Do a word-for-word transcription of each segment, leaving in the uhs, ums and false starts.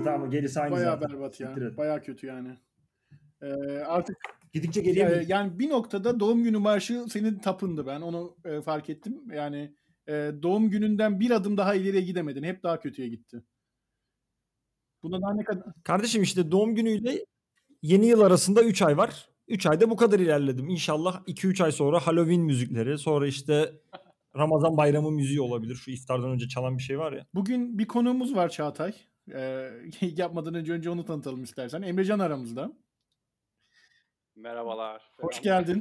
tamam gerisi aynı Bayağı zaten. berbat ya. Siktir et. Bayağı kötü yani. Ee, artık Gidikçe geriye Ee, mi? yani bir noktada doğum günü marşı senin tapındı, ben onu e, fark ettim. Yani e, doğum gününden bir adım daha ileriye gidemedin. Hep daha kötüye gitti. Buna daha ne kadar... Kardeşim işte doğum günüyle yeni yıl arasında üç ay var. üç ayda bu kadar ilerledim. İnşallah iki üç ay sonra Halloween müzikleri, sonra işte Ramazan bayramı müziği olabilir. Şu iftardan önce çalan bir şey var ya. Bugün bir konuğumuz var Çağatay. Ee, yapmadan önce önce onu tanıtalım istersen. Emrecan aramızda. Merhabalar. Hoş Selam. geldin.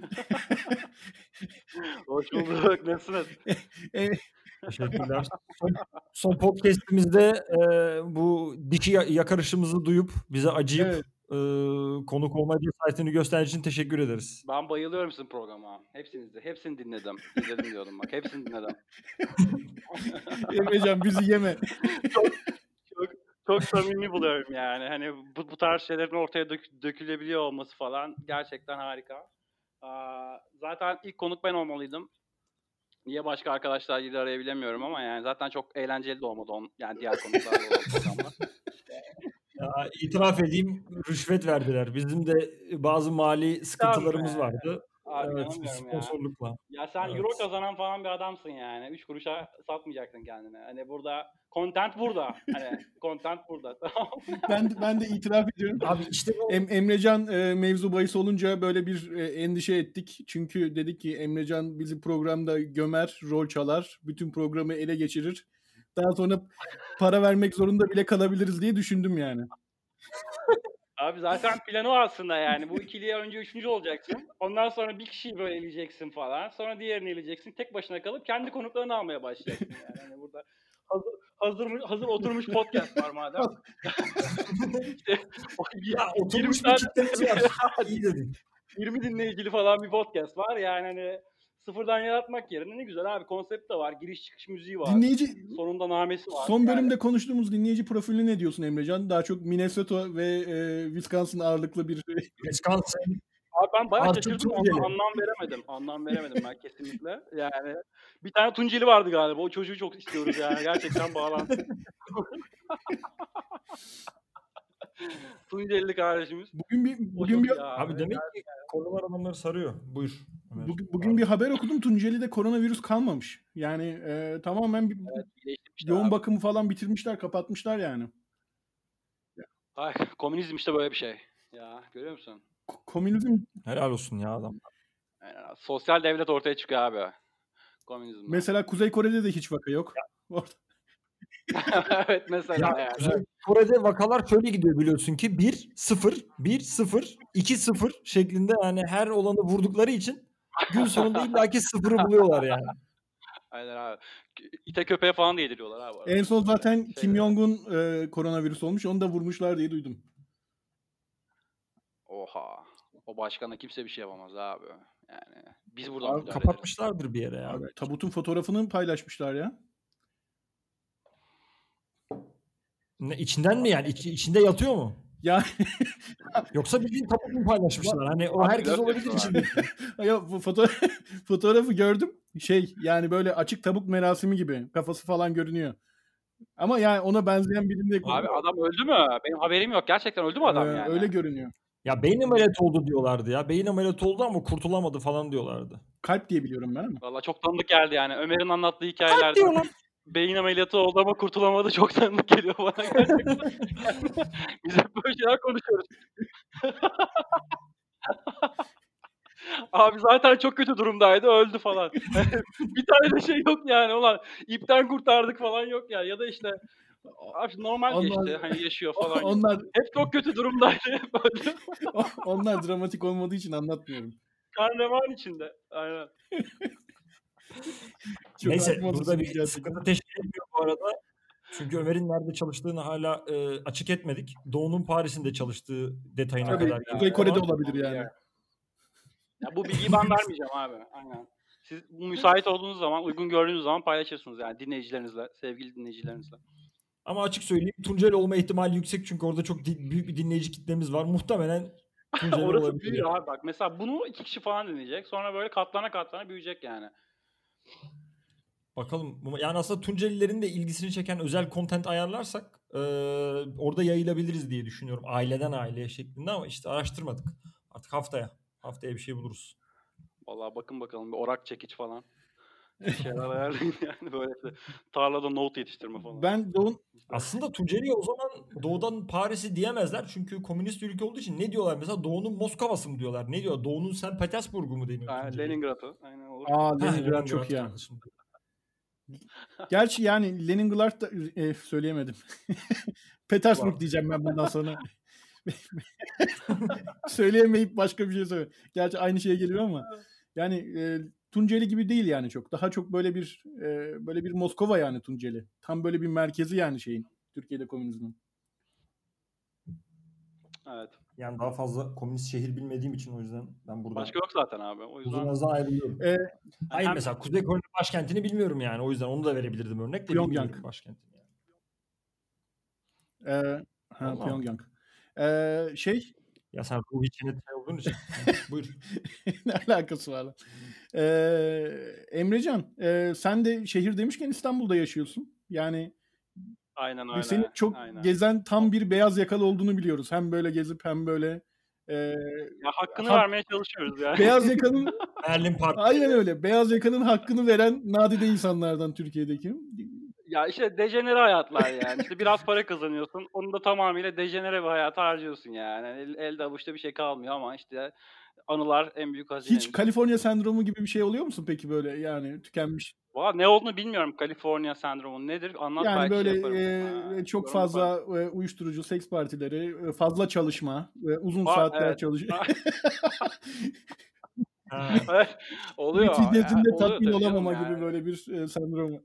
Hoş bulduk. Nasılsınız? E, Teşekkürler. Son, son podcast'imizde e, bu dişi ya- yakarışımızı duyup bize acıyıp Evet. e, konuk olma cesaretini gösterdiğin için teşekkür ederiz. Ben bayılıyorum sizin programa. Hepsinizi, hepsini dinledim. İzledim diyordum bak. Hepsini dinledim. Emrecan bizi yeme. çok, çok, çok samimi buluyorum yani. Hani bu, bu tarz şeylerin ortaya dök, dökülebiliyor olması falan gerçekten harika. Aa, zaten ilk konuk ben olmalıydım. Niye başka arkadaşlar gibi arayabilemiyorum ama yani zaten çok eğlenceli de olmadı on, yani diğer konuklarla olan programlar. Ya, itiraf edeyim, rüşvet verdiler. Bizim de bazı mali sıkıntılarımız Tabii. vardı. Abi Evet, inanamıyorum ya. sponsorlukla. Ya sen Evet. euro kazanan falan bir adamsın yani. Üç kuruşa satmayacaksın kendini. Hani burada content burada. Hani content burada. Tamam. Ben ben de itiraf ediyorum. Abi işte bu Em, Emrecan e, mevzu bahis olunca böyle bir e, endişe ettik. Çünkü dedik ki Emrecan bizi programda gömer, rol çalar, bütün programı ele geçirir. Daha sonra para vermek zorunda bile kalabiliriz diye düşündüm yani. Abi zaten planı o aslında yani. Bu ikiliye önce üçüncü olacaksın. Ondan sonra bir kişiyi böyle eleyeceksin falan. Sonra diğerini eleyeceksin. Tek başına kalıp kendi konuklarını almaya başlayacaksın yani. Hani burada hazır hazır hazır oturmuş podcast var madem. İşte, o ya yirmi oturmuş bir tane- kitlemiz var. İyi dedin. yirmi dinleyicili falan bir podcast var. Yani hani sıfırdan yaratmak yerine ne güzel abi, konsept de var. Giriş çıkış müziği var. Dinleyici Sonunda namesi var. son Yani bölümde konuştuğumuz dinleyici profiline ne diyorsun Emrecan? Daha çok Minnesota ve e, Wisconsin ağırlıklı bir Wisconsin. abi ben bayağı Artı şaşırdım. Tunceli. Anlam, anlam veremedim. Anlam veremedim ben kesinlikle. Yani bir tane Tunceli vardı galiba. O çocuğu çok istiyoruz yani. Gerçekten bağlantı. Tunceli kardeşimiz. Bugün bir O bugün çok bir iyi Abi demek ki konular adamları sarıyor. Buyur. Ömer. bugün, bugün bir haber okudum. Tunceli'de koronavirüs kalmamış. Yani e, tamamen bir Evet, iyileştirmişler yoğun abi. bakımı falan bitirmişler, kapatmışlar yani. Ay, komünizm işte böyle bir şey. Ya görüyor musun? Ko- Komünizm Helal olsun ya adam. Yani, sosyal devlet ortaya çıkıyor abi. Komünizm. mesela Kuzey Kore'de de hiç vaka yok. Orada- Evet mesela Ya yani. Kuzey Kore'de vakalar şöyle gidiyor biliyorsun ki bir sıfır, bir sıfır, iki sıfır şeklinde, yani her olanı vurdukları için gün sonunda illaki sıfırı buluyorlar yani. Aynen abi. İte köpeğe falan da yediriyorlar abi. En son zaten Şey Kim de- Jong-un e, koronavirüs olmuş. Onu da vurmuşlar diye duydum. Oha. O başkana kimse bir şey yapamaz abi. Yani biz buradan Abi, müdahale ederiz. Kapatmışlardır bir yere ya. Abi, tabutun fotoğrafını paylaşmışlar ya. Ne, içinden mi yani? İç, içinde yatıyor mu? Ya Yoksa bildiğin tabut mu paylaşmışlar? Hani o Abi, herkes dört olabilir yapıyorlar. içinde. ya bu foto fotoğrafı gördüm. Şey yani böyle açık tabuk merasimi gibi. Kafası falan görünüyor. Ama yani ona benzeyen birinde Abi adam öldü mü? Benim haberim yok. Gerçekten öldü mü adam Ee, yani? öyle görünüyor. Ya beyin ameliyatı oldu diyorlardı ya. Beyin ameliyatı oldu ama kurtulamadı falan diyorlardı. Kalp diye biliyorum ben ama. Valla çok tanıdık geldi yani. Ömer'in anlattığı Kalp hikayelerde diyorlar. beyin ameliyatı oldu ama kurtulamadı. Çok tanıdık geliyor bana gerçekten. Biz hep böyle şeyler konuşuyoruz. Abi zaten çok kötü durumdaydı. Öldü falan. Bir tane de şey yok yani. Ulan ipten kurtardık falan yok ya. Ya da işte abi normal Onlar- geçti. Hani yaşıyor falan. yok. Onlar Hep çok kötü durumdaydı. Hep öldü. onlar dramatik olmadığı için anlatmıyorum. Karnevan içinde. Aynen. Çok Neyse acımasız burada bir gerçekten. sıkıntı teşkil ediyor bu arada. Çünkü Ömer'in nerede çalıştığını hala e, açık etmedik. Doğu'nun Paris'inde çalıştığı detayına Tabii, kadar. Kuzey Kore'de Ama olabilir yani. Ya bu bilgiyi ben vermeyeceğim abi. Aynen. Siz müsait olduğunuz zaman, uygun gördüğünüz zaman paylaşırsınız yani dinleyicilerinizle, sevgili dinleyicilerinizle. Ama açık söyleyeyim, Tunceli olma ihtimali yüksek çünkü orada çok di- büyük bir dinleyici kitlemiz var. Muhtemelen Tunceli Orası olabilir. büyür abi bak. Mesela bunu iki kişi falan dinleyecek. Sonra böyle katlana katlana büyüyecek yani. Bakalım. Yani aslında Tuncelilerin de ilgisini çeken özel content ayarlarsak e, orada yayılabiliriz diye düşünüyorum. Aileden aileye şeklinde ama işte araştırmadık. Artık haftaya. Haftaya bir şey buluruz. Vallahi bakın bakalım bir orak çekiç falan. Bir şeyler ayarlayın yani böyle işte tarlada nohut yetiştirme falan. Ben Doğu'nun Aslında Tunceli'ye o zaman Doğu'dan Paris'i diyemezler. Çünkü komünist ülke olduğu için ne diyorlar mesela? Doğu'nun Moskova'sı mı diyorlar? Ne diyor? Doğu'nun Saint Petersburg'u mu deniyor Ha, Tunceli'ye? Leningrad'ı. Aynen olur. Aa Ha, Leningrad çok iyi. kardeşim. Gerçi yani Leningrad da e, söyleyemedim. Petersburg diyeceğim ben bundan sonra. Söyleyemeyip başka bir şey söyle. Gerçi aynı şeye geliyor ama yani e, Tunceli gibi değil yani çok. Daha çok böyle bir e, böyle bir Moskova yani Tunceli. Tam böyle bir merkezi yani şeyin Türkiye'de komünizmin. Evet. Yani daha fazla komünist şehir bilmediğim için o yüzden ben burada Başka yok zaten abi. O yüzden uzun ayrılıyorum. E, Hayır hem- mesela Kuzey Kore'nin başkentini bilmiyorum yani. O yüzden onu da verebilirdim örnek de Pyongyang. bilmiyorum başkentini. Yani. e, ha, Vallahi. Pyongyang. E, şey Ya sen Ruhi Çenet olduğun için. Buyur. ne alakası var lan? E, Emrecan e, sen de şehir demişken İstanbul'da yaşıyorsun. Yani aynen Ve öyle. seni çok aynen. gezen tam bir beyaz yakalı olduğunu biliyoruz. Hem böyle gezip hem böyle e, Ya hakkını hak- vermeye çalışıyoruz yani. beyaz yakanın Berlin Park. aynen öyle. Beyaz yakanın hakkını veren nadide insanlardan Türkiye'deki. Ya işte dejenere hayatlar yani. İşte biraz para kazanıyorsun. Onu da tamamıyla dejenere bir hayata harcıyorsun yani. El, elde avuçta bir şey kalmıyor ama işte anılar en büyük hazinemiz. Hiç Kaliforniya sendromu gibi bir şey oluyor musun peki böyle yani tükenmiş? Valla ne olduğunu bilmiyorum Kaliforniya sendromu nedir? Anlat Yani belki böyle şey yaparım. e, Ha, çok yorum fazla yaparım. e, uyuşturucu, seks partileri, e, fazla çalışma, e, uzun Var, saatler evet. çalışıyor. Ha. Evet, oluyor. Neticesinde Ya, oluyor tatmin tabii canım olamama yani. gibi böyle bir e, sendromu.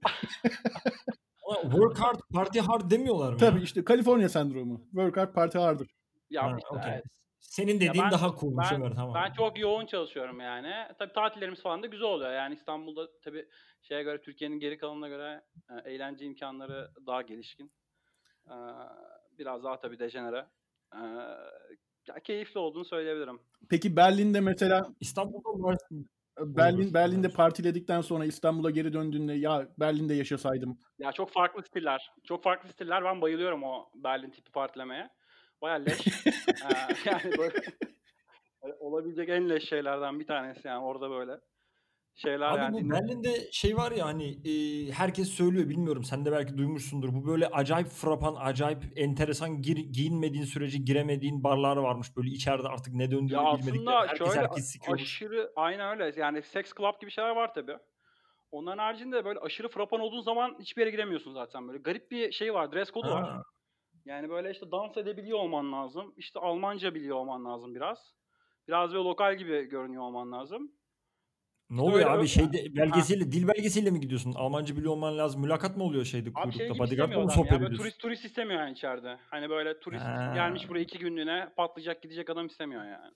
Ama work hard, party hard demiyorlar mı Tabii ya? işte Kaliforniya sendromu. Work hard, party harder. Ya Ha, işte, okey. evet. Senin Ya dediğin ben- daha coolmuş ben, Ömer, tamam. ben çok yoğun çalışıyorum yani. Tabii tatillerimiz falan da güzel oluyor. Yani İstanbul'da tabii şeye göre Türkiye'nin geri kalanına göre e, eğlence imkanları daha gelişkin. E, biraz daha tabii dejenere. E, ya keyifli olduğunu söyleyebilirim. Peki Berlin'de mesela İstanbul'da var. Berlin Buyur, Berlin'de buyur. partiledikten sonra İstanbul'a geri döndüğünde ya Berlin'de yaşasaydım. Ya çok farklı stiller. Çok farklı stiller. Ben bayılıyorum o Berlin tipi partilemeye. Bayağı leş. Ee, yani böyle hani olabilecek en leş şeylerden bir tanesi yani orada böyle şeyler Abi yani. bu dinle- Berlin'de şey var ya hani e, herkes söylüyor, bilmiyorum, sen de belki duymuşsundur. Bu böyle acayip frapan, acayip enteresan, gir, giyinmediğin sürece giremediğin barlar varmış. Böyle içeride artık ne döndüğünü Ya bilmedikleri. aslında Herkes şöyle herkes sikiyormuş. aşırı aynen öyle. Yani sex club gibi şeyler var tabii. Onların haricinde böyle aşırı frapan olduğun zaman hiçbir yere giremiyorsun zaten böyle. Garip bir şey var. Dress kodu var. Ha. Yani böyle işte dans edebiliyor olman lazım. İşte Almanca biliyor olman lazım biraz. Biraz böyle lokal gibi görünüyor olman lazım. Ne oluyor öyle- abi, şeyde belgesiyle, dil belgesiyle mi gidiyorsun? Almanca biliyor olman lazım. Mülakat mı oluyor şeyde, Abi kuyrukta? şey gibi Bodyguard'la istemiyor mı adam sohbet ya. Böyle ediyorsun? turist turist istemiyor yani içeride. Hani böyle turist Ha. gelmiş buraya iki günlüğüne patlayacak gidecek adam istemiyor yani.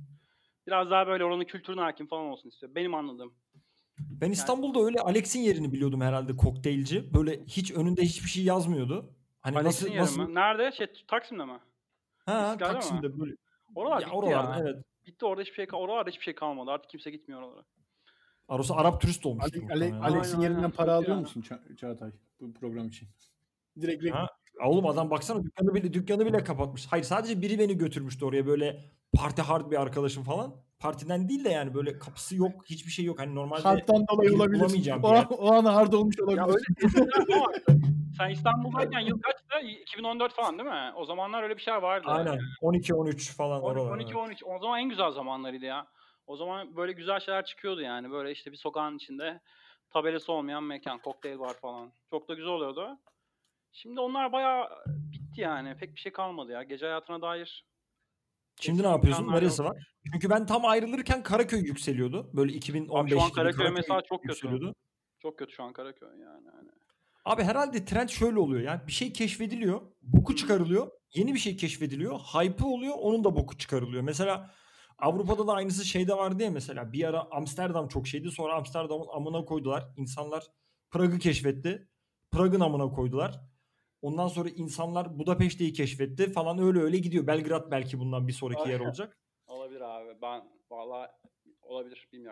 Biraz daha böyle oranın kültürüne hakim falan olsun istiyor. Benim anladığım. Ben İstanbul'da öyle Alex'in yerini biliyordum herhalde, kokteylci. Böyle hiç önünde hiçbir şey yazmıyordu. Hani Alex'in nasıl yeri nasıl? mi? Nerede? Şey Taksim'de mi? Ha, İstiklal'de mi? Taksim'de böyle. Oralar Ya bitti oralarda ya. evet. Bitti orada hiçbir şey kal- oralarda hiçbir şey kalmadı. Artık kimse gitmiyor oralara. Arası Arap turist olmuştur Ale- Ale- muhtemelen. Alex'in Aynen, yerinden aynen. para Kötü alıyor yani. musun Ça- Çağatay bu program için? Direkt Ha, oğlum adam baksana dükkanı bile dükkanı bile kapatmış. Hayır, sadece biri beni götürmüştü oraya, böyle parti hard bir arkadaşım falan. Partiden değil de yani böyle kapısı yok, hiçbir şey yok. Hani normalde hard'dan dolayı gidip olabilir. bulamayacağım bir O, yer. o an hard olmuş Ya olabilir. öyle dediler ama sen İstanbul'dayken yıl kaçtı? iki bin on dört falan değil mi? O zamanlar öyle bir şey vardı. Aynen. on iki on üç falan on iki oralar. on iki evet. on üç o zaman en güzel zamanlarıydı ya. O zaman böyle güzel şeyler çıkıyordu yani. Böyle işte bir sokağın içinde tabelası olmayan mekan, kokteyl bar falan. Çok da güzel oluyordu. Şimdi onlar bayağı bitti yani. Pek bir şey kalmadı ya. Gece hayatına dair. Şimdi eski ne yapıyorsun? imkanlar Neresi yok. var? Çünkü ben tam ayrılırken Karaköy yükseliyordu. Böyle Abi şu an iki bin on beş gibi Karaköy Karaköy mesela çok kötü. yükseliyordu. Çok kötü şu an Karaköy yani. yani. Abi herhalde trend şöyle oluyor. Yani bir şey keşfediliyor, boku Hı. çıkarılıyor. Yeni bir şey keşfediliyor, hype'ı oluyor, onun da boku çıkarılıyor. Mesela Avrupa'da da aynısı şeyde vardı ya mesela. Bir ara Amsterdam çok şeydi. Sonra Amsterdam'ın amına koydular. İnsanlar Prag'ı keşfetti. Prag'ın amına koydular. Ondan sonra insanlar Budapeşte'yi keşfetti falan, öyle öyle gidiyor. Belgrad belki bundan bir sonraki yer olacak. Olabilir abi. Ben vallahi olabilir bilmiyorum.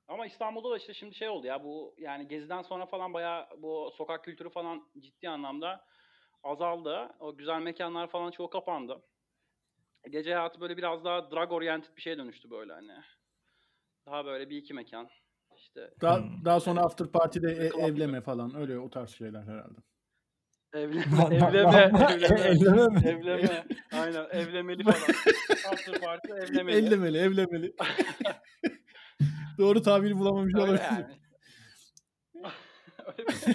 Ama İstanbul'da da işte şimdi şey oldu ya, bu yani Gezi'den sonra falan bayağı bu sokak kültürü falan ciddi anlamda azaldı. O güzel mekanlar falan çoğu kapandı. Gece hayatı böyle biraz daha drug oriented bir şeye dönüştü böyle hani. Daha böyle bir iki mekan. İşte Daha, Hmm. daha sonra after party'de e- Club gibi. evleme falan öyle o tarz şeyler herhalde. Evleme, Ne- ne- evleme, ne yapma? evleme, Elleme mi? evleme. Aynen, evlemeli falan. After party evlemeli. Evlemeli, evlemeli. Doğru tabiri bulamamış Öyle olabilir. yani. Öyle bir şey.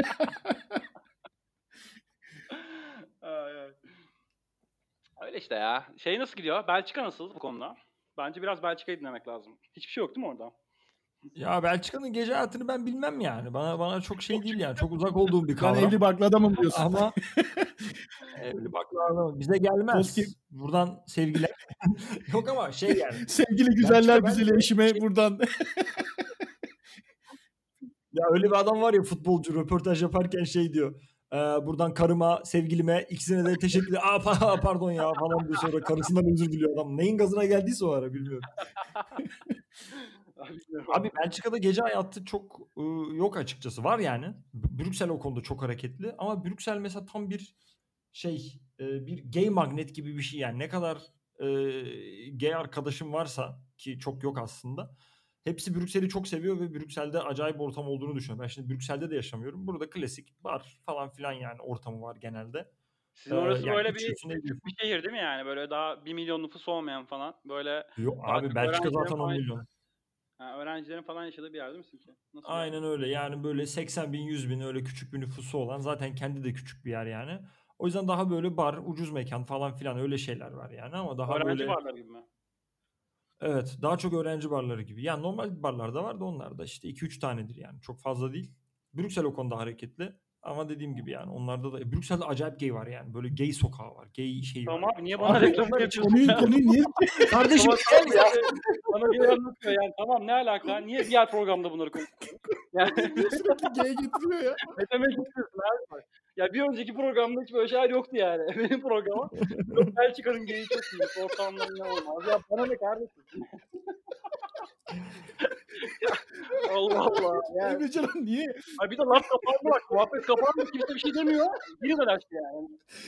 Ay, ay. Öyle işte ya. Şey nasıl gidiyor? Belçika nasıl bu konuda? Bence biraz Belçika'yı dinlemek lazım. Hiçbir şey yok değil mi orada? Ya Belçika'nın gece hayatını ben bilmem yani. Bana bana çok şey Çok değil çünkü. yani. Çok uzak olduğum bir Ben kavram. evli barklı adamım diyorsun. Ama evli baklava bize gelmez. Podcast- Buradan sevgiler. Yok ama şey yani. Sevgili güzeller Belçika güzeli bence eşime şey- buradan. Ya öyle bir adam var ya, futbolcu röportaj yaparken şey diyor. "Ee, buradan karıma, sevgilime, ikisine de teşekkür ederim. Aa pa- pardon ya falan diyor, sonra karısından özür diliyor adam. Neyin gazına geldiyse o ara bilmiyorum. Abi bilmiyorum. Abi Belçika'da gece hayatı çok ıı, yok açıkçası. Var yani. B- Brüksel o konuda çok hareketli. Ama Brüksel mesela tam bir şey, e, bir gay magnet gibi bir şey yani. Ne kadar e, gay arkadaşım varsa, ki çok yok aslında, hepsi Brüksel'i çok seviyor ve Brüksel'de acayip ortam olduğunu düşünüyorum. Ben şimdi Brüksel'de de yaşamıyorum. Burada klasik bar falan filan yani ortamı var genelde. Sizin Ee, orası yani böyle bir içiyorsun, küçük ediyorsun. bir şehir değil mi yani? Böyle daha bir milyon nüfusu olmayan falan. Böyle Yok daha abi, çok Belçika öğrencilerin zaten on falan, milyon. ha, öğrencilerin falan yaşadığı bir yer değil mi sizce? Nasıl bir yer? Aynen öyle yani, böyle seksen bin yüz bin öyle küçük bir nüfusu olan, zaten kendi de küçük bir yer yani. O yüzden daha böyle bar, ucuz mekan falan filan öyle şeyler var yani, ama daha Öğrenci böyle, barları gibi mi? evet, daha çok öğrenci barları gibi. Yani normal barlar da var da onlar da işte iki üç tanedir yani, çok fazla değil. Brüksel o konuda hareketli ama dediğim gibi yani onlarda da, Brüksel'de acayip gay var yani, böyle gay sokağı var, gay şeyi var. Tamam abi, yani. niye bana Abi reklamını onlar yapıyorsun Konuyu ya? konuyu niye? kardeşim Tamam, gel ya. bana bir anlatıyor yani. Tamam, ne alaka? Niye diğer programda bunları konuşuyorsun? Yani Niye sürekli G'ye getiriyor ya? ne demek istiyorsun abi? Ya bir önceki programda hiç böyle şeyler yoktu yani. Benim programım. Yok, Belçika'nın geyi çok iyi. Ortamları ne olmaz. Ya bana ne kardeşim? Ya, Allah Allah. Yani. Emrecan niye? Ay bir de laf kapandı bak. Muhabbet kapandı. Kimse bir şey demiyor. Biri de açtı yani.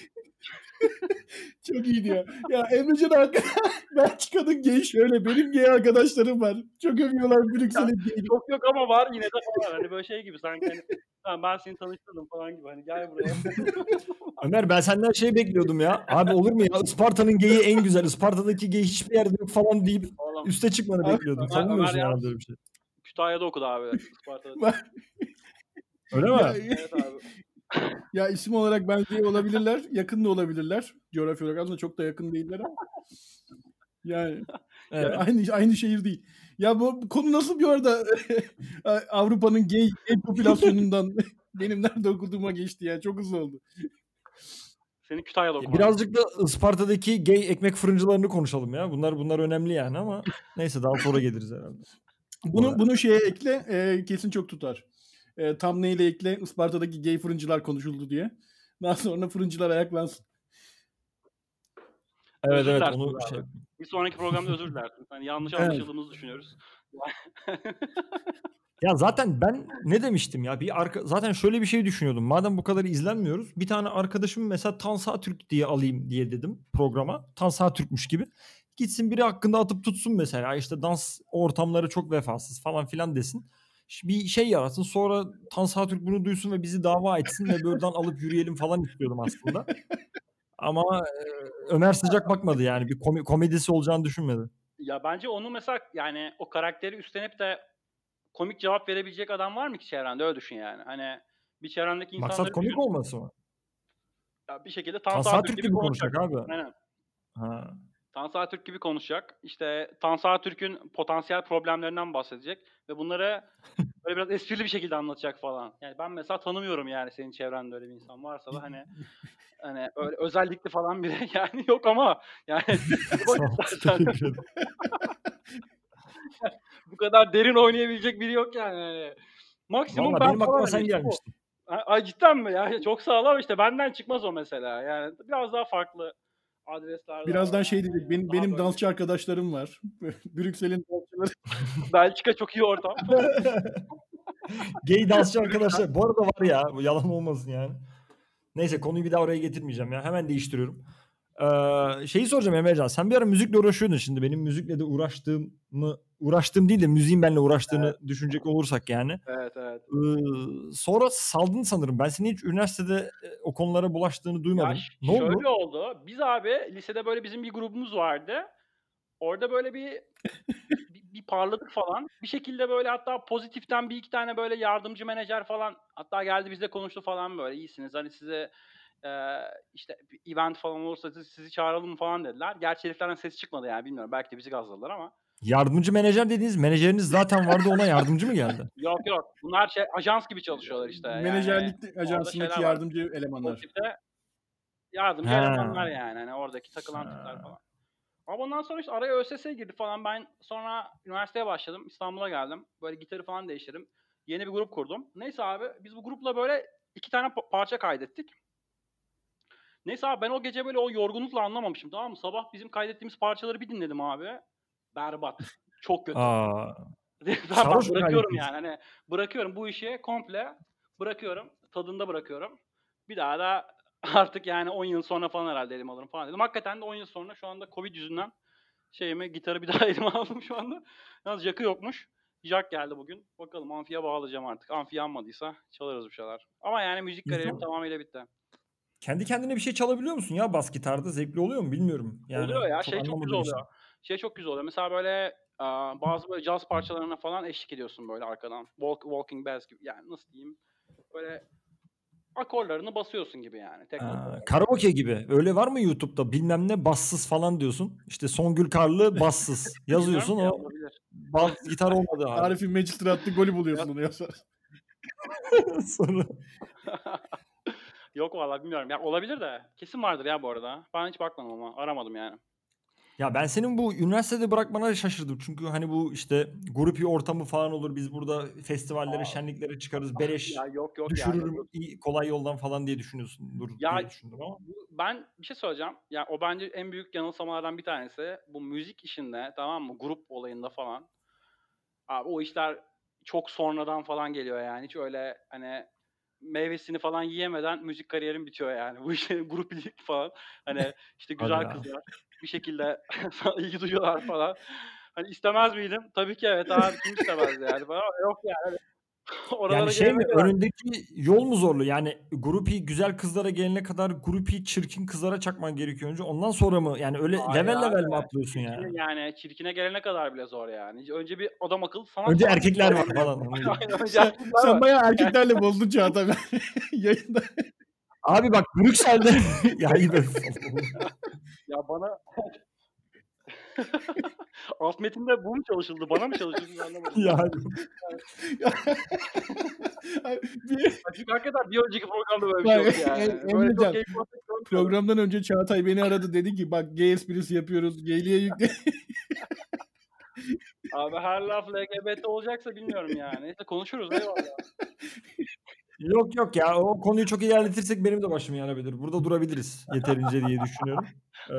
Çok iyi diyor. Ya Emrecan hakikaten Belçika'nın gay şöyle. Benim gay arkadaşlarım var. Çok övüyorlar Brüksel'in gayini. Çok yok ama var yine de falan. Hani böyle şey gibi sanki hani, tamam ben seni tanıştırdım falan gibi. Hani gel buraya. Ömer, ben senden şey bekliyordum ya. Abi olur mu ya? Isparta'nın geyi en güzel. Isparta'daki gay hiçbir yerde yok falan deyip Oğlum, üste çıkmanı Abi, bekliyordum. Ömer, Savunmuyorsun Ömer herhalde yalnız öyle bir şey. Kütahya'da okudu abi. Isparta'da. Bak- Öyle ya, mi? Evet abi. ya isim olarak bence olabilirler. Yakın da olabilirler. Coğrafya olarak aslında çok da yakın değiller ama. Yani Evet. aynı aynı şehir değil. Ya bu konu nasıl bir orada Avrupa'nın gay, gay popülasyonundan benim nerede okuduğuma geçti ya. Çok hızlı oldu. Senin Kütahya'da okuman. Birazcık da Isparta'daki gay ekmek fırıncılarını konuşalım ya. Bunlar bunlar önemli yani, ama neyse daha sonra geliriz herhalde. Bunu Oraya. bunu şeye ekle, e, kesin çok tutar. E, thumbnail'e ekle, Isparta'daki gay fırıncılar konuşuldu diye. Daha sonra fırıncılar ayaklansın. Evet Özür evet dilersin onu abi. şey. Bir sonraki programda özür dilersin. Hani yanlış Evet. anlaşıldığımızı düşünüyoruz. Ya zaten ben ne demiştim ya, bir arka, zaten şöyle bir şey düşünüyordum. Madem bu kadar izlenmiyoruz, bir tane arkadaşımı mesela Tansa Türk diye alayım diye dedim programa. Tansa Türkmüş gibi. Gitsin biri hakkında atıp tutsun mesela, işte dans ortamları çok vefasız falan filan desin. Bir şey yaratsın, sonra Tansa Türk bunu duysun ve bizi dava etsin ve buradan alıp yürüyelim falan istiyordum aslında. Ama e, Ömer sıcak bakmadı yani, bir komi- komedisi olacağını düşünmedi. Ya bence onu mesela yani o karakteri üstlenip de komik cevap verebilecek adam var mı ki çevrende? Öyle düşün yani. Hani bir çevrendeki Maksat insanları komik düşün. olması mı? Ya bir şekilde Tansa Tansa Türk Türk gibi gibi konuşacak. konuşacak abi. Aynen. Ha. Tansa Türk gibi konuşacak. İşte Tansa Türk'ün potansiyel problemlerinden bahsedecek ve bunları böyle biraz esprili bir şekilde anlatacak falan. Yani ben mesela tanımıyorum yani, senin çevrende öyle bir insan varsa da hani hani öyle özellikli falan biri yani yok ama yani bak Sağ ol, istersen teşekkür ederim. bu kadar derin oynayabilecek biri yok yani. Hani maksimum Valla ben benim falan aklıma hani sen işte bu. gelmiştin. Ay, ay cidden mi ya? Çok sağlam işte, benden çıkmaz o mesela. Yani biraz daha farklı adresler Birazdan var şey yani. dedik. Benim, Daha benim böyle- dansçı arkadaşlarım var. Brüksel'in dansçıları. Belçika çok iyi ortam. Gay dansçı arkadaşlar. Bu arada var ya, bu yalan olmasın yani. Neyse, konuyu bir daha oraya getirmeyeceğim ya. Hemen değiştiriyorum. Ee, şeyi soracağım Emrecan. Sen bir ara müzikle uğraşıyordun şimdi. Benim müzikle de uğraştığımı, uğraştığım değil de müziğin benimle uğraştığını Evet. düşünecek olursak yani. Evet evet. Ee, sonra saldın sanırım. Ben seni hiç üniversitede e, o konulara bulaştığını duymadım. Ya ş- Ne şöyle oldu? oldu. Biz abi lisede böyle bizim bir grubumuz vardı. Orada böyle bir bir, bir parladık falan. Bir şekilde böyle hatta pozitiften bir iki tane böyle yardımcı menajer falan hatta geldi bizle konuştu falan böyle. İyisiniz hani size e, işte bir event falan olursa sizi, sizi çağıralım falan dediler. Gerçi heriflerden ses çıkmadı yani bilmiyorum. Belki de bizi gazladılar ama. Yardımcı menajer dediğiniz menajeriniz zaten vardı, ona yardımcı mı geldi? Yok yok. Bunlar şey ajans gibi çalışıyorlar işte. Yani Menajerlik orada ajansındaki şeyler var. yardımcı elemanlar. Pozitifte yardımcı Ha. elemanlar yani. Hani oradaki takılan tipler falan. Ama ondan sonra işte araya ÖSS girdi falan. Ben sonra üniversiteye başladım. İstanbul'a geldim. Böyle gitarı falan değiştirdim. Yeni bir grup kurdum. Neyse abi biz bu grupla böyle iki tane pa- parça kaydettik. Neyse abi ben o gece böyle o yorgunlukla anlamamışım, tamam mı? Sabah bizim kaydettiğimiz parçaları bir dinledim abi. Berbat. Çok kötü. Aa, ben sarhoş mu bırakıyorum kaydettiniz? yani. Hani bırakıyorum bu işi komple. Bırakıyorum. Tadında bırakıyorum. Bir daha da artık yani on yıl sonra falan herhalde elim alırım falan dedim. Hakikaten de on yıl sonra şu anda Covid yüzünden şeyimi, gitarı bir daha elime aldım şu anda. Yalnız jack'ı yokmuş. Jack geldi bugün. Bakalım amfiye bağlayacağım artık. Amfi yanmadıysa çalarız bir şeyler. Ama yani müzik kariyerim İnsan tamamıyla bitti. kendi kendine bir şey çalabiliyor musun ya bas gitarda? Zevkli oluyor mu bilmiyorum. Yani Oluyor ya. çok Şey çok güzel anlamadığım için. oluyor. Şey çok güzel oluyor. Mesela böyle aa, bazı böyle caz parçalarına falan eşlik ediyorsun böyle arkadan. Walk, walking bass gibi. Yani nasıl diyeyim? Böyle akorlarını basıyorsun gibi yani. Tek nota Aa, olarak. karaoke gibi. Öyle var mı YouTube'da? Bilmem ne bassız falan diyorsun. İşte Songül Karlı bassız. Bilmiyorum Yazıyorsun, ki ya, o olabilir. bas gitar olmadı abi. Arif'in Manchester attığı golü buluyorsun onu yoksa. Sonra Yok vallahi bilmiyorum. Ya olabilir de. Kesin vardır ya bu arada. Ben hiç bakmadım ama aramadım yani. ya ben senin bu üniversitede bırakmana şaşırdım. Çünkü hani bu işte grupi ortamı falan olur. Biz burada festivallere, Aa, şenliklere çıkarız. Beleş ya yok yok ya. Yok, düşürürüm yok. iyi- kolay yoldan falan diye düşünüyorsundur Ya diye düşündüm ama. bu- ben bir şey söyleyeceğim. Ya o bence en büyük yanılsamalardan bir tanesi. Bu müzik işinde, tamam mı? Grup olayında falan. Abi o işler çok sonradan falan geliyor yani. Hiç öyle hani meyvesini falan yiyemeden müzik kariyerin bitiyor yani. Bu işlerin grup ilişki falan. Hani işte Hadi güzel ya. kızlar bir şekilde sana ilgi duyuyorlar falan. Hani istemez miydim? Tabii ki evet abi, kim istemez yani falan. Ama yok yani. Oralara Yani şey gelene mi, kadar. önündeki yol mu zorlu? Yani grupi güzel kızlara gelene kadar grupi çirkin kızlara çakman gerekiyor önce. Ondan sonra mı? Yani öyle Hayır level level mi abi. atlıyorsun Çirkine, yani? yani çirkine gelene kadar bile zor yani. Önce bir adam akıllı sanat Önce falan erkekler var yapıyor. falan. Anladım. Aynen, önce Sen, erkekler sen var. bayağı erkeklerle bozdun Çağatay ben yayında. Abi bak Brüksel'de ya iyi be. Ya bana alt metinde bu mu çalışıldı? Bana mı çalışıldı? Ben anlamadım. ya Bir- Çünkü hakikaten bir önceki programda böyle bir Bak, şey yoktu yani. Em- Böyle Emrecan, çok gay muhabbet görmedim. programdan önce Çağatay beni aradı, dedi ki bak gay esprisi yapıyoruz. Gayliğe yükle. Abi her laf L G B T olacaksa bilmiyorum yani. Neyse konuşuruz, eyvallah. yok yok ya, o konuyu çok ilerletirsek benim de başım yanabilir. Burada durabiliriz yeterince diye düşünüyorum. Ee,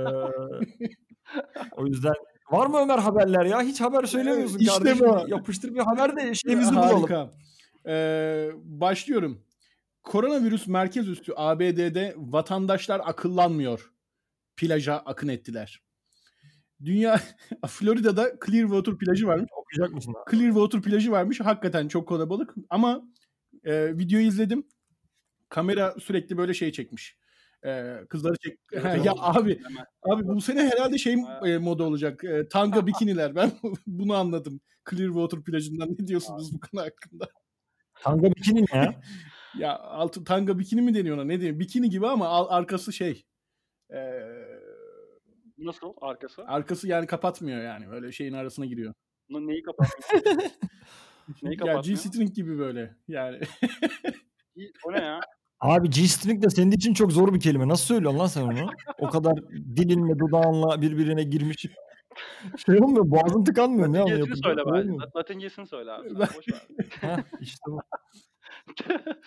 o yüzden var mı Ömer haberler ya? Hiç haber söylemiyorsun İşte kardeşim. bu. Yapıştır bir haber de şeyimizi bulalım. Harika. Ee, başlıyorum. Koronavirüs merkez üssü A B D'de vatandaşlar akıllanmıyor. Plaja akın ettiler. Dünya Florida'da Clearwater plajı varmış. Okuyacak mısın abi? Clearwater plajı varmış. Hakikaten çok kalabalık ama e, videoyu izledim. Kamera sürekli böyle şey çekmiş. E, kızları çek. Evet, ya oldu. abi Hemen. abi bu sene herhalde şey Ha. e, moda olacak. E, tanga bikiniler. Ben bunu anladım. Clearwater plajından ne diyorsunuz bu konu hakkında? Tanga bikini ne ya? Ya altı tanga bikini mi deniyor ona? Ne deniyor? Bikini gibi ama al- arkası şey. E, Nasıl arkası? arkası yani kapatmıyor yani. Böyle şeyin arasına giriyor. Ne- Neyi kapatmıyor? Neyi Ya kapatmıyor? G-string gibi böyle yani. O ne ya? Abi G-string de senin için çok zor bir kelime. Nasıl söylüyorsun lan sen onu? O kadar dilinle dudağınla birbirine girmiş. Şey olmuyor, boğazın tıkanmıyor mu ya onu Latincesini yapınca? söyle Öyle bence. mi? Latincesini söyle abi sen. Ben- Boş ver. Heh, işte bu.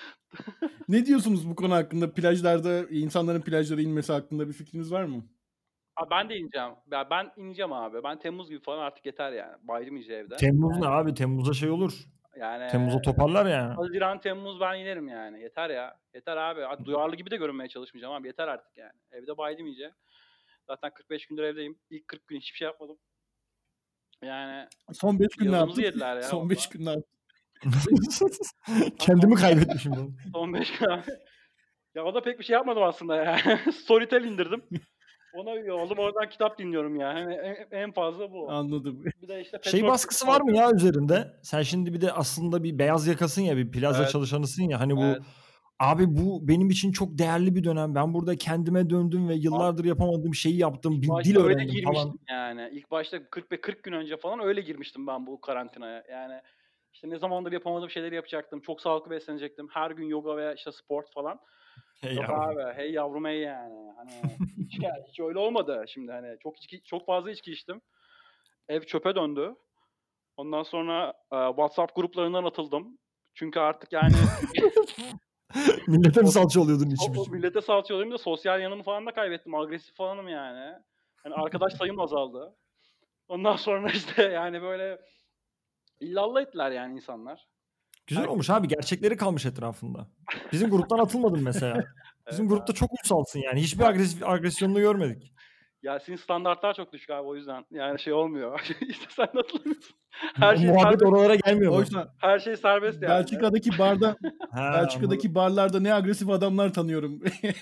Ne diyorsunuz bu konu hakkında? Plajlarda insanların plajlara inmesi hakkında bir fikriniz var mı? Abi ben de ineceğim. Ya ben ineceğim abi. Ben Temmuz gibi falan artık yeter yani. Bayram iyice evde. Temmuz ne Yani, abi? Temmuz'a şey olur. yani Temmuz'a toparlar yani. Haziran, Temmuz ben inerim yani. Yeter ya. Yeter abi. Hadi duyarlı gibi de görünmeye çalışmayacağım abi. Yeter artık yani. Evde baydım iyice. Zaten kırk beş gündür evdeyim. İlk kırk gün hiçbir şey yapmadım. Yani Son beş gün ne yazımızı yaptın? yediler ya. Son beş gün ne yaptın? Kendimi kaybetmişim bunu. Son beş gün abi. Ya o da pek bir şey yapmadım aslında ya. Storytel indirdim. Ona üye oldum. Oradan kitap dinliyorum yani. En, en fazla bu. Anladım. Bir de işte Şey petrol baskısı var mı ya üzerinde? Sen şimdi bir de aslında bir beyaz yakasın ya, bir plaza Evet. çalışanısın ya. Hani bu Evet. abi bu benim için çok değerli bir dönem. Ben burada kendime döndüm ve yıllardır yapamadığım şeyi yaptım. Bir başta dil öyle öğrendim girmiştim falan. yani. İlk başta kırk ve kırk gün önce falan öyle girmiştim ben bu karantinaya. Yani işte ne zamandır yapamadığım şeyleri yapacaktım. Çok sağlıklı beslenecektim. Her gün yoga ve işte sport falan. Hey Yok yavrum. abi, hey yavrum hey yani. Hani hiç, ya, hiç öyle olmadı şimdi hani. Çok içki, çok fazla içki içtim. Ev çöpe döndü. Ondan sonra e, WhatsApp gruplarından atıldım. Çünkü artık yani Millete mi o, salça oluyordun o, içim o içim? millete salça olayım da sosyal yanımı falan da kaybettim. Agresif falanım yani. Hani arkadaş sayım azaldı. Ondan sonra işte yani böyle illallah ettiler yani insanlar. Güzel Herkes, olmuş abi. Gerçekleri kalmış etrafında. Bizim gruptan atılmadın mesela. Bizim evet grupta abi. çok uysalsın yani. Hiçbir Ya, agresif agresyonunu görmedik. ya senin standartlar çok düşük abi o yüzden. Yani şey olmuyor. İşte sen de atılmıyorsun. O Her şey muhabbet serbest. oralara gelmiyor mu? Oysa Her şey serbest yani. Belçika'daki barda Ha, anladım. Belçika'daki barlarda ne agresif adamlar tanıyorum.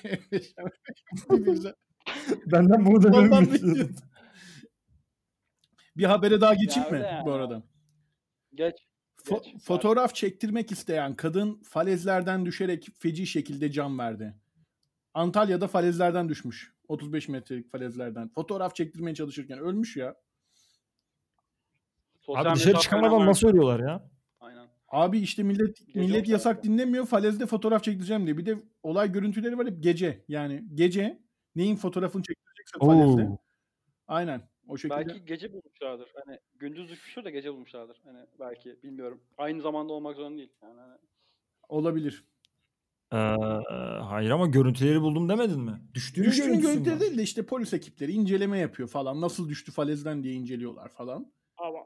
Benden bunu dememi Ondan bekliyordum. bekliyorum. Bir habere daha geçeyim Ya öyle mi yani. bu arada? Geç. Fo- Geç. fotoğraf çektirmek isteyen kadın falezlerden düşerek feci şekilde can verdi. Antalya'da falezlerden düşmüş. otuz beş metrelik falezlerden. Fotoğraf çektirmeye çalışırken ölmüş ya. Sosyal Abi dışarı mesafe çıkamadan önemli. nasıl ölüyorlar ya? Aynen. Abi işte millet Gece millet olmuş yasak herhalde. dinlemiyor. Falezde fotoğraf çektireceğim diyor. Bir de olay görüntüleri var hep gece. Yani gece neyin fotoğrafını çektireceksek falezde. Oo. Aynen. O şekilde. Belki gece bulmuşlardır. Hani gündüz düşmüştür de gece bulmuşlardır. Hani belki bilmiyorum. Aynı zamanda olmak zorunda değil. Yani hani Olabilir. Ee, hayır ama görüntüleri buldum demedin mi? Düştüğünün Düştüğünün görüntüsü mü görüntüleri var? değil de işte polis ekipleri inceleme yapıyor falan. Nasıl düştü falezden diye inceliyorlar falan. ama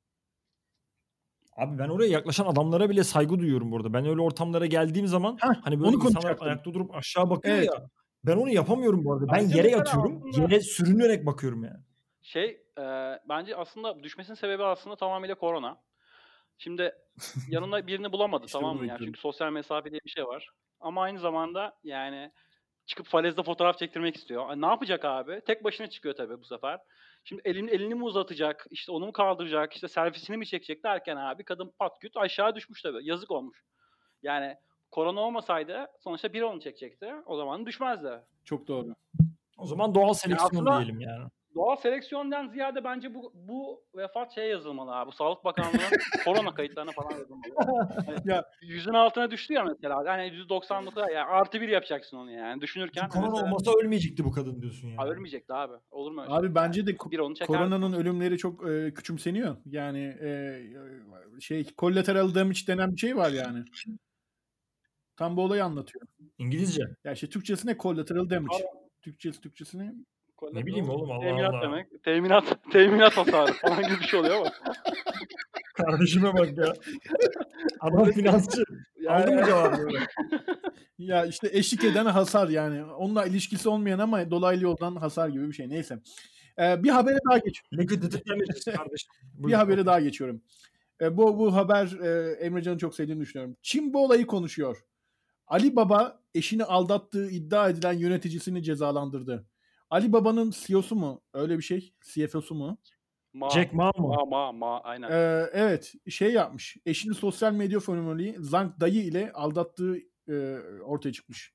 Abi ben oraya yaklaşan adamlara bile saygı duyuyorum burada. Ben öyle ortamlara geldiğim zaman Heh, hani böyle onu insanlar konuşacaktım. ayakta durup aşağı bakıyor Evet. ya. Ben onu yapamıyorum bu arada. Ben bence yere mesela yatıyorum. aslında Yere sürünerek bakıyorum yani. şey e, bence aslında düşmesinin sebebi aslında tamamıyla korona. Şimdi yanında birini bulamadı İşte tamam bunu mı? Yani bekliyorum. çünkü sosyal mesafe diye bir şey var. Ama aynı zamanda yani çıkıp falezde fotoğraf çektirmek istiyor. Ne yapacak abi? Tek başına çıkıyor tabii bu sefer. Şimdi elini elini mi uzatacak? İşte onu mu kaldıracak? İşte selfiesini mi çekecek derken abi kadın pat küt aşağı düşmüş tabii. Yazık olmuş. Yani korona olmasaydı sonuçta biri onu çekecekti. O zaman düşmezdi. Çok doğru. O zaman doğal Yani seleksiyon aslında diyelim yani. doğal seleksiyondan ziyade bence bu bu vefat şeye yazılmalı abi. Bu Sağlık Bakanlığı'nın korona kayıtlarına falan yazılmalı. Hani Ya yüzün altına düştü ya mesela. Yani yüz doksan dokuz yani artı bir yapacaksın onu yani. Düşünürken Çünkü korona mesela olmasa ölmeyecekti bu kadın diyorsun ha, yani. ölmeyecekti abi. Olur mu öyle şey? abi bence de Yani ko- bir onu çeker. koronanın ölümleri çok e, küçümseniyor. Yani e, şey collateral damage denen bir şey var yani. Tam bu olayı anlatıyor. İngilizce. Ya işte Türkçesi ne collateral damage? Pardon. Türkçesi Türkçesi ne? Ne bileyim oğlum Allah Teminat Allah. demek. Teminat, teminat hasarı falan gibi bir şey oluyor ama. Kardeşime bak ya. Adam finansçı. Aldın mı cevabı öyle? Ya işte eşlik eden hasar yani. Onunla ilişkisi olmayan ama dolaylı yoldan hasar gibi bir şey. Neyse. Ee, bir habere daha geç. Liquidated damages kardeşim. Bir Buyur. habere daha geçiyorum. Ee, bu bu haber e, Emrecan'ın çok sevdiğini düşünüyorum. Çin bu olayı konuşuyor. Ali Baba eşini aldattığı iddia edilen yöneticisini cezalandırdı. Ali Baba'nın C E O'su mu? Öyle bir şey. C F O'su mu? Ma, Jack Ma mı? ma, ma, ma, aynen. Ee, evet. Şey yapmış. Eşini sosyal medya fenomeni Zhang Dayı ile aldattığı e, ortaya çıkmış.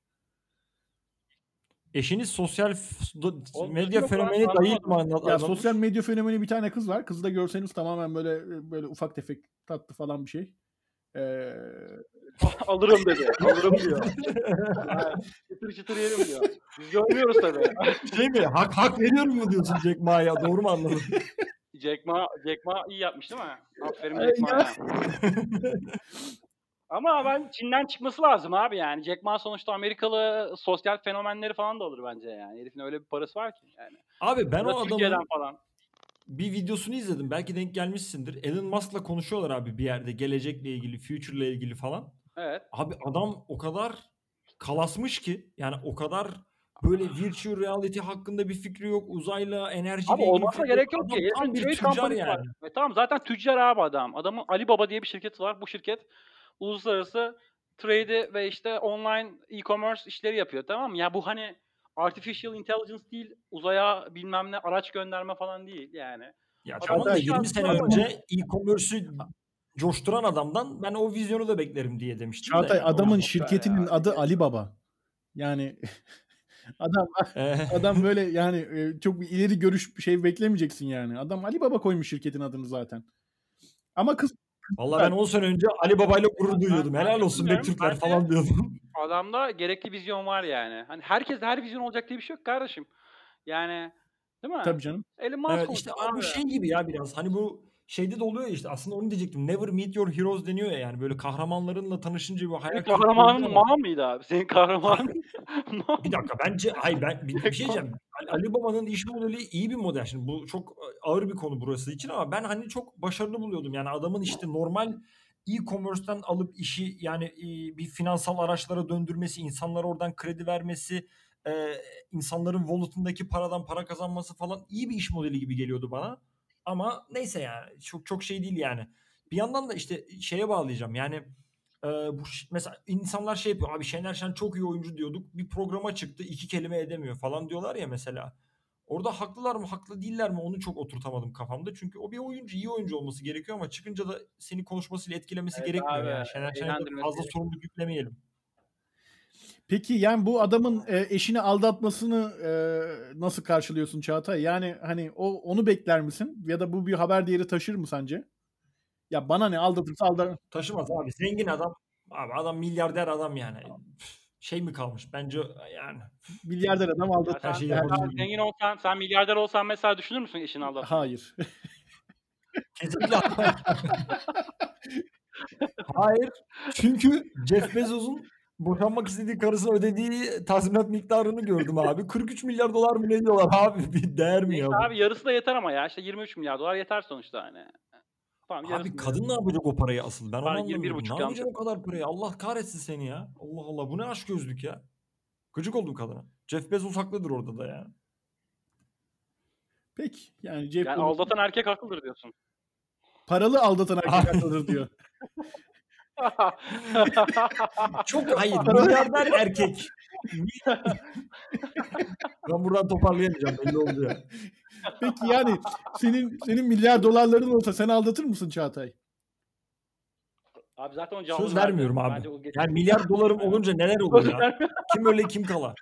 Eşiniz sosyal f- do- Oğlum, medya yok lan, fenomeni anlamadım. dayı mı anlat? Ya anlatmış? sosyal medya fenomeni bir tane kız var. Kızı da görseniz tamamen böyle böyle ufak tefek tatlı falan bir şey. Ee, Alırım dedi. Alırım diyor. Yani, çıtır çıtır yerim diyor. Biz görmüyoruz tabii. Şey mi? Hak hak veriyorum mu diyorsun Jack Ma'ya? Doğru mu anladım? Jack Ma, Jack Ma iyi yapmış değil mi? Aferin Jack Ma'ya. Ama ben Çin'den çıkması lazım abi yani. Jack Ma sonuçta Amerikalı sosyal fenomenleri falan da alır bence yani. Herifin öyle bir parası var ki yani. Abi ben Ya da o Türkiye'den adamın falan. bir videosunu izledim. Belki denk gelmişsindir. Elon Musk'la konuşuyorlar abi bir yerde. Gelecekle ilgili, future'la ilgili falan. Evet. Abi adam o kadar kalasmış ki. Yani o kadar böyle virtual reality hakkında bir fikri yok. Uzayla, enerjiyle Abi ilgili olmasına fikri yok. gerek yok ki. Adam tam Herifin bir trade tüccar company'si var. yani. E tamam zaten tüccar abi adam. Adamın Alibaba diye bir şirketi var. Bu şirket uluslararası trade ve işte online e-commerce işleri yapıyor, tamam mı? Ya bu hani artificial intelligence değil, uzaya bilmem ne araç gönderme falan değil yani. Ya Adamın tamam da işi yirmi sene aslında bu. önce e-commerce'ü coşturan adamdan ben o vizyonu da beklerim diye demiştim de Çağatay yani. O adamın boş ver şirketinin ya. adı Ali Baba. Yani adam Ee, adam böyle yani e, çok bir ileri görüş bir şey beklemeyeceksin yani. Adam Ali Baba koymuş şirketin adını zaten. Ama kız Vallahi ben on sene önce Ali Baba'yla gurur duyuyordum. Ben, ben Helal olsun be katılmıyorum. Türkler Bence falan diyordum. adamda gerekli vizyon var yani. Hani herkes her vizyon olacak diye bir şey yok kardeşim. Yani değil mi? tabii canım. Elon Musk Evet olsun işte abi bu abi. şey gibi ya biraz. Hani bu şeyde de oluyor ya işte. Aslında onu diyecektim. Never meet your heroes deniyor ya yani. Böyle kahramanlarınla tanışınca bu Senin hayal kırıklığı kahramanın oluyor ama. Ma mıydı abi? Senin kahramanın Ma Bir dakika bence hayır ben bir, bir şey diyeceğim. Ali- Ali Baba'nın iş modeli iyi bir model. Şimdi bu çok ağır bir konu burası için ama ben hani çok başarılı buluyordum. Yani adamın işte normal e-commerce'ten alıp işi yani e, bir finansal araçlara döndürmesi, insanlara oradan kredi vermesi, e, insanların wallet'ındaki paradan para kazanması falan iyi bir iş modeli gibi geliyordu bana. Ama neyse yani çok çok şey değil yani. Bir yandan da işte şeye bağlayacağım. Yani ee, bu ş- mesela insanlar şey yapıyor abi Şener Şen çok iyi oyuncu diyorduk bir programa çıktı iki kelime edemiyor falan diyorlar ya mesela. Orada haklılar mı haklı değiller mi onu çok oturtamadım kafamda. Çünkü o bir oyuncu iyi oyuncu olması gerekiyor ama çıkınca da seni konuşmasıyla etkilemesi Evet gerekmiyor abi. yani. Şener Şen'e de Eğlendirmesi fazla gerekiyor. sorumluluk yüklemeyelim. Peki yani bu adamın e, eşini aldatmasını e, nasıl karşılıyorsun Çağatay? Yani hani o onu bekler misin? Ya da bu bir haber değeri taşır mı sence? Ya bana ne aldatırsa aldat. Taşımaz abi zengin adam abi adam milyarder adam yani. Üf, şey mi kalmış bence yani Milyarder adam Ya aldatır. her sen şeyi Her yapabilir mesela gibi. zengin olsan, sen milyarder olsan mesela düşünür müsün eşini aldatmayı? Hayır. Kesinlikle hayır. Çünkü Jeff Bezos'un boşanmak istediği karısına ödediği tazminat miktarını gördüm abi. kırk üç milyar dolar mı ne diyorlar abi? Bir değer mi Neyse ya bu? abi yarısı da yeter ama ya. İşte yirmi üç milyar dolar yeter sonuçta hani. Tamam Abi yarısını kadın ne yapacak o parayı asıl? Ben onu Ben yirmi bir anlamıyorum. Ne buçuk yanlış yapacak o kadar parayı? Allah kahretsin seni ya. Allah Allah bu ne aşk gözlük ya. Gıcık oldum kadına. Jeff Bezos haklıdır orada da ya. Peki yani Jeff Yani Bezos aldatan erkek haklıdır diyorsun. paralı aldatan erkek haklıdır diyor. Çok hayır Paralı- milyarder erkek. Ben buradan toparlayamayacağım belli oldu ya. Peki yani senin senin milyar dolarların olsa sen aldatır mısın Çağatay? Abi zaten o cevabı Söz verdi. vermiyorum abi. Bence o geçti. Yani milyar dolarım olunca neler olur ya? Kim öyle kim kala?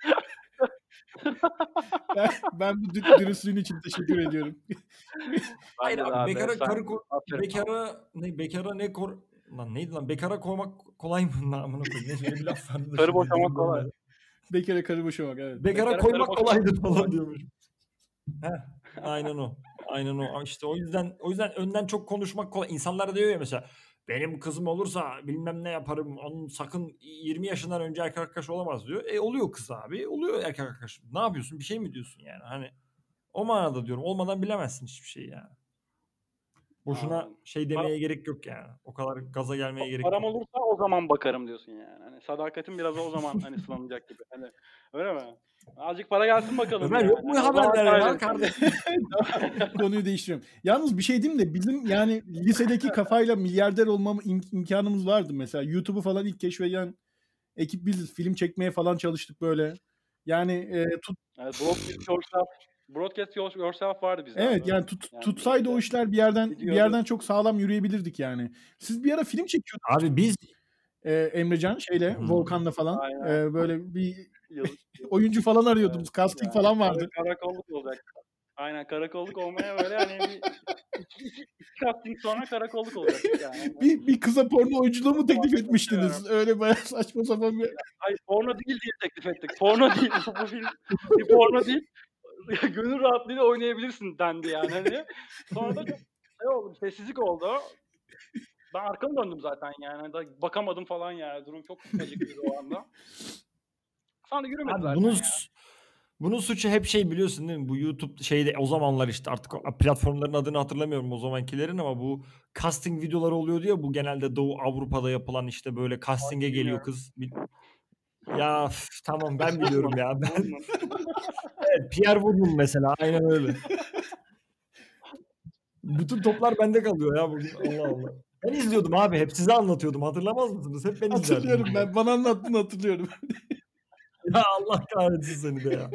Ben, ben bu dü- dürüstlüğün için teşekkür ediyorum. Hayır Bence de abi bekara sen- karı ko- Aferin. bekara ne bekara ne kor lan neydi lan bekara koymak kolay mı lan amına koyayım ne şöyle bir laf vardı da Karı şimdi boşamak dilim kolay. dönmedi. Bekara karı boşamak evet. Bekara Bekara koymak karı kolaydır boşamak falan kolay. diyormuş. Heh, aynen o. Aynen o. İşte o yüzden o yüzden önden çok konuşmak kolay. İnsanlar diyor ya mesela benim kızım olursa bilmem ne yaparım. Onun sakın yirmi yaşından önce erkek arkadaş olamaz diyor. E oluyor kız abi. Oluyor erkek arkadaş. Ne yapıyorsun? Bir şey mi diyorsun yani? Hani o manada diyorum. Olmadan bilemezsin hiçbir şeyi yani. Boşuna Anladım. şey demeye gerek yok yani. O kadar gaza gelmeye gerek Param yok. olursa o zaman bakarım diyorsun yani. Hani sadakatin biraz o zaman hani sınanacak gibi. Hani öyle mi? Azıcık para gelsin bakalım Ömer yani. yok mu Hani o zaman haberler ya kaybedersin. kardeşim? Konuyu değiştiriyorum. Yalnız bir şey diyeyim de bizim yani lisedeki kafayla milyarder olma im- imkanımız vardı mesela. YouTube'u falan ilk keşfeden ekip biziz. Film çekmeye falan çalıştık böyle. Yani e, tut, Evet, broadcast yourself, broadcast yourself vardı bizde. evet abi. yani tut, Yani tutsaydı o işte işler bir yerden bir gidiyordu. yerden çok sağlam yürüyebilirdik yani. Siz bir ara film çekiyordunuz Abi biz e, Emrecan şeyle Hı. Volkan'la falan. Aynen. E, böyle bir Yazık. oyuncu falan arıyordunuz. Evet. Casting Yani falan vardı. kara- karakolluk olacak. Aynen karakolluk olmaya böyle hani bir iki, iki, iki casting sonra karakolluk olacak yani. Bir, bir kıza porno oyunculuğu mu teklif Tamam, etmiştiniz? Öyle bayağı saçma sapan bir... Hayır porno değil diye teklif ettik. Porno değil. Bu, bu film bir porno değil. Gönül rahatlığıyla oynayabilirsin dendi yani. Hani. Sonra da çok şey oldu, sessizlik oldu. Ben arkamı döndüm zaten yani. Da bakamadım falan yani. Durum çok acıktı o anda. Sonra yürümedi Abi zaten bunun ya. s- bunun suçu hep şey biliyorsun değil mi? Bu YouTube şeyde o zamanlar işte artık o platformların adını hatırlamıyorum o zamankilerin ama bu casting videoları oluyordu ya bu genelde Doğu Avrupa'da yapılan işte böyle casting'e geliyor Bilmiyorum. kız. Bir- Ya üf, tamam ben Woodman. biliyorum ya. Ben Woodman. evet, Pierre Woodman mesela aynen öyle. Bütün toplar bende kalıyor ya bugün. Allah Allah. Ben izliyordum abi. Hep size anlatıyordum. Hatırlamaz mısınız? Hep ben izlerdim. Hatırlıyorum ben. Bana anlattın hatırlıyorum. Ya Allah kahretsin seni de ya.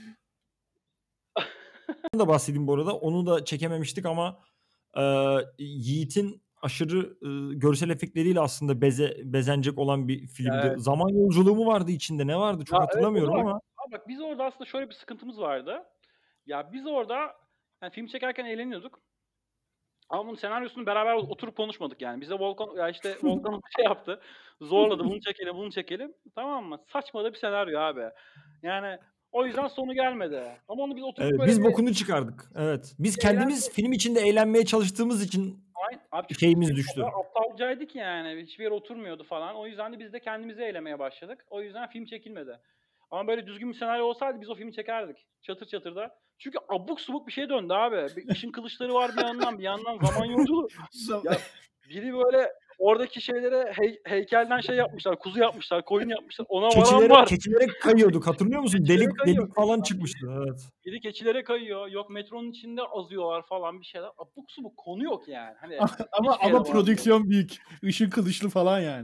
Ben de bahsedeyim bu arada. Onu da çekememiştik ama e, Yiğit'in aşırı e, görsel efektleriyle aslında beze, bezenecek olan bir filmdi. Evet. Zaman yolculuğu mu vardı içinde? Ne vardı? Çok Ya evet, hatırlamıyorum o da bak, ama. abi bak biz orada aslında şöyle bir sıkıntımız vardı. Ya biz orada yani film çekerken eğleniyorduk. Ama bunun senaryosunu beraber oturup konuşmadık yani. Bize Volkan ya işte Volkan bir şey yaptı. Zorladı bunu çekelim, bunu çekelim. Tamam mı? Saçma da bir senaryo abi. Yani o yüzden sonu gelmedi. Ama onu biz oturup Evet, böyle biz bir bokunu çıkardık. Evet. Biz bir kendimiz eğlendik. film içinde eğlenmeye çalıştığımız için Aynen. Abi çünkü şeyimiz film o düştü. kadar aptalcaydık yani. Hiçbir yere oturmuyordu falan. O yüzden de biz de kendimizi eğlemeye başladık. O yüzden film çekilmedi. Ama böyle düzgün bir senaryo olsaydı biz o filmi çekerdik. Çatır çatır da. Çünkü abuk subuk bir şey döndü abi. Bir ışın kılıçları var bir yandan, bir yandan zaman yolculuğu. Ya biri böyle oradaki şeylere hey- heykelden şey yapmışlar, kuzu yapmışlar, koyun yapmışlar. Ona varan Keçilere, var. keçilere kayıyorduk. Hatırlıyor musun? Keçilere Delik kayıyor. delik falan çıkmıştı. Evet. Biri keçilere kayıyor. Yok metronun içinde azıyorlar falan bir şeyler. Abuk subuk konu yok yani. Hani ama hiçbir yere ama varamıyor. prodüksiyon büyük. Işın kılıçlı falan yani.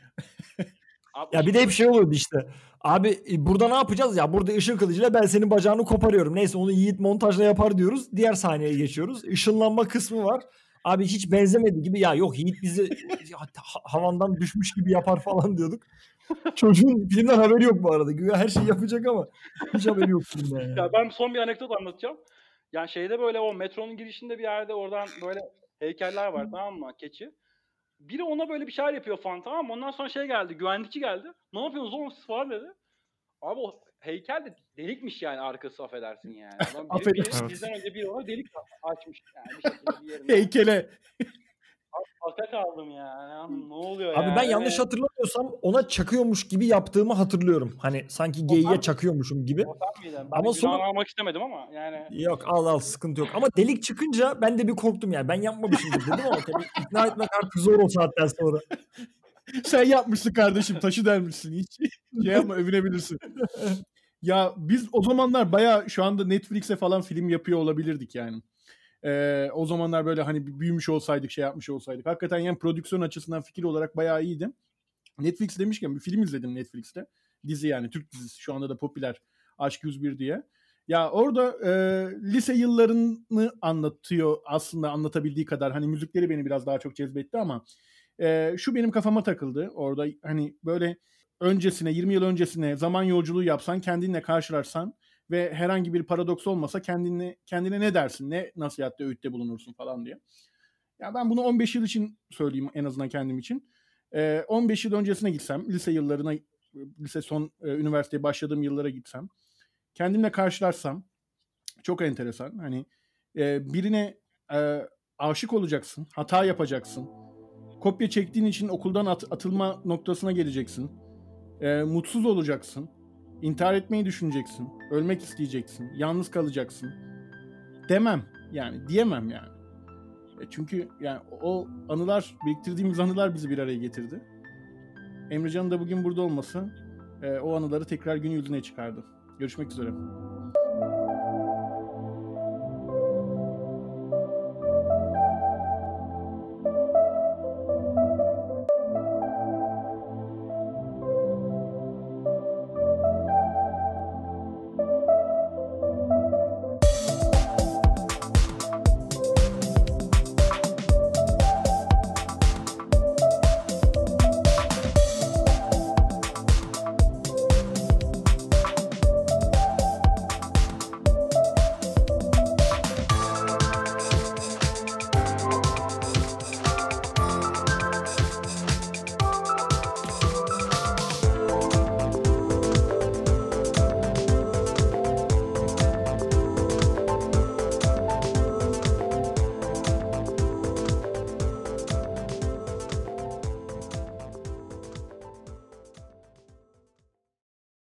Abi Ya ışın bir de hep kılıç şey oluyordu işte. Abi e, burada ne yapacağız ya? Burada ışın kılıcıyla ben senin bacağını koparıyorum. Neyse onu Yiğit montajla yapar diyoruz. Diğer sahneye geçiyoruz. Işınlanma kısmı var. Abi hiç benzemedi gibi ya yok Yiğit bizi ha- havandan düşmüş gibi yapar falan diyorduk. Çocuğun filmden haberi yok bu arada. Güya her şeyi yapacak ama hiç haberi yok filmden yani. Ya ben son bir anekdot anlatacağım. Yani şeyde böyle o metronun girişinde bir yerde oradan böyle heykeller var tamam mı? Keçi. Biri ona böyle bir şeyler yapıyor falan tamam mı? Ondan sonra şey geldi, güvenlikçi geldi. Ne yapıyorsunuz oğlum siz falan dedi. Abi o heykel de delikmiş yani arkası affedersin yani. Adam biri, biri Affedersin. bizden önce biri ona delik açmış yani bir şekilde bir yerine. Heykele. Aka kaldım yani. Anam, ne oluyor Abi yani? ben yanlış hatırlamıyorsam ona çakıyormuş gibi yaptığımı hatırlıyorum. Hani sanki geyiğe çakıyormuşum gibi. O sen miydin? Ben Ama günah sonra almak istemedim ama yani. yok al al sıkıntı yok. Ama delik çıkınca ben de bir korktum yani. Ben yapmamışımdır dedim ama tabii ikna etmek artık zor o saatten sonra. Sen yapmışsın kardeşim. Taşı delmişsin. Hiç şey yapma övünebilirsin. Ya biz o zamanlar bayağı şu anda Netflix'e falan film yapıyor olabilirdik yani. Ee, o zamanlar böyle hani büyümüş olsaydık şey yapmış olsaydık. Hakikaten yani prodüksiyon açısından fikir olarak bayağı iyiydi. Netflix demişken bir film izledim Netflix'te. Dizi yani Türk dizisi şu anda da popüler Aşk yüz bir diye. Ya orada e, lise yıllarını anlatıyor aslında anlatabildiği kadar. Hani müzikleri beni biraz daha çok cezbetti ama e, şu benim kafama takıldı. Orada hani böyle öncesine yirmi yıl öncesine zaman yolculuğu yapsan kendinle karşılarsan ve herhangi bir paradoks olmasa kendine kendine ne dersin? Ne nasihatte öğütte bulunursun falan diye. Ya ben bunu on beş yıl için söyleyeyim en azından kendim için. Ee, on beş yıl öncesine gitsem, lise yıllarına, lise son e, üniversiteye başladığım yıllara gitsem, kendimle karşılarsam çok enteresan. Hani e, birine e, aşık olacaksın, hata yapacaksın. Kopya çektiğin için okuldan at- atılma noktasına geleceksin. E, mutsuz olacaksın. İntihar etmeyi düşüneceksin. Ölmek isteyeceksin. Yalnız kalacaksın. Demem yani, diyemem yani. E çünkü yani o anılar, biriktirdiğimiz anılar bizi bir araya getirdi. Emrecan'ın da bugün burada olması e, o anıları tekrar gün yüzüne çıkardı. Görüşmek üzere.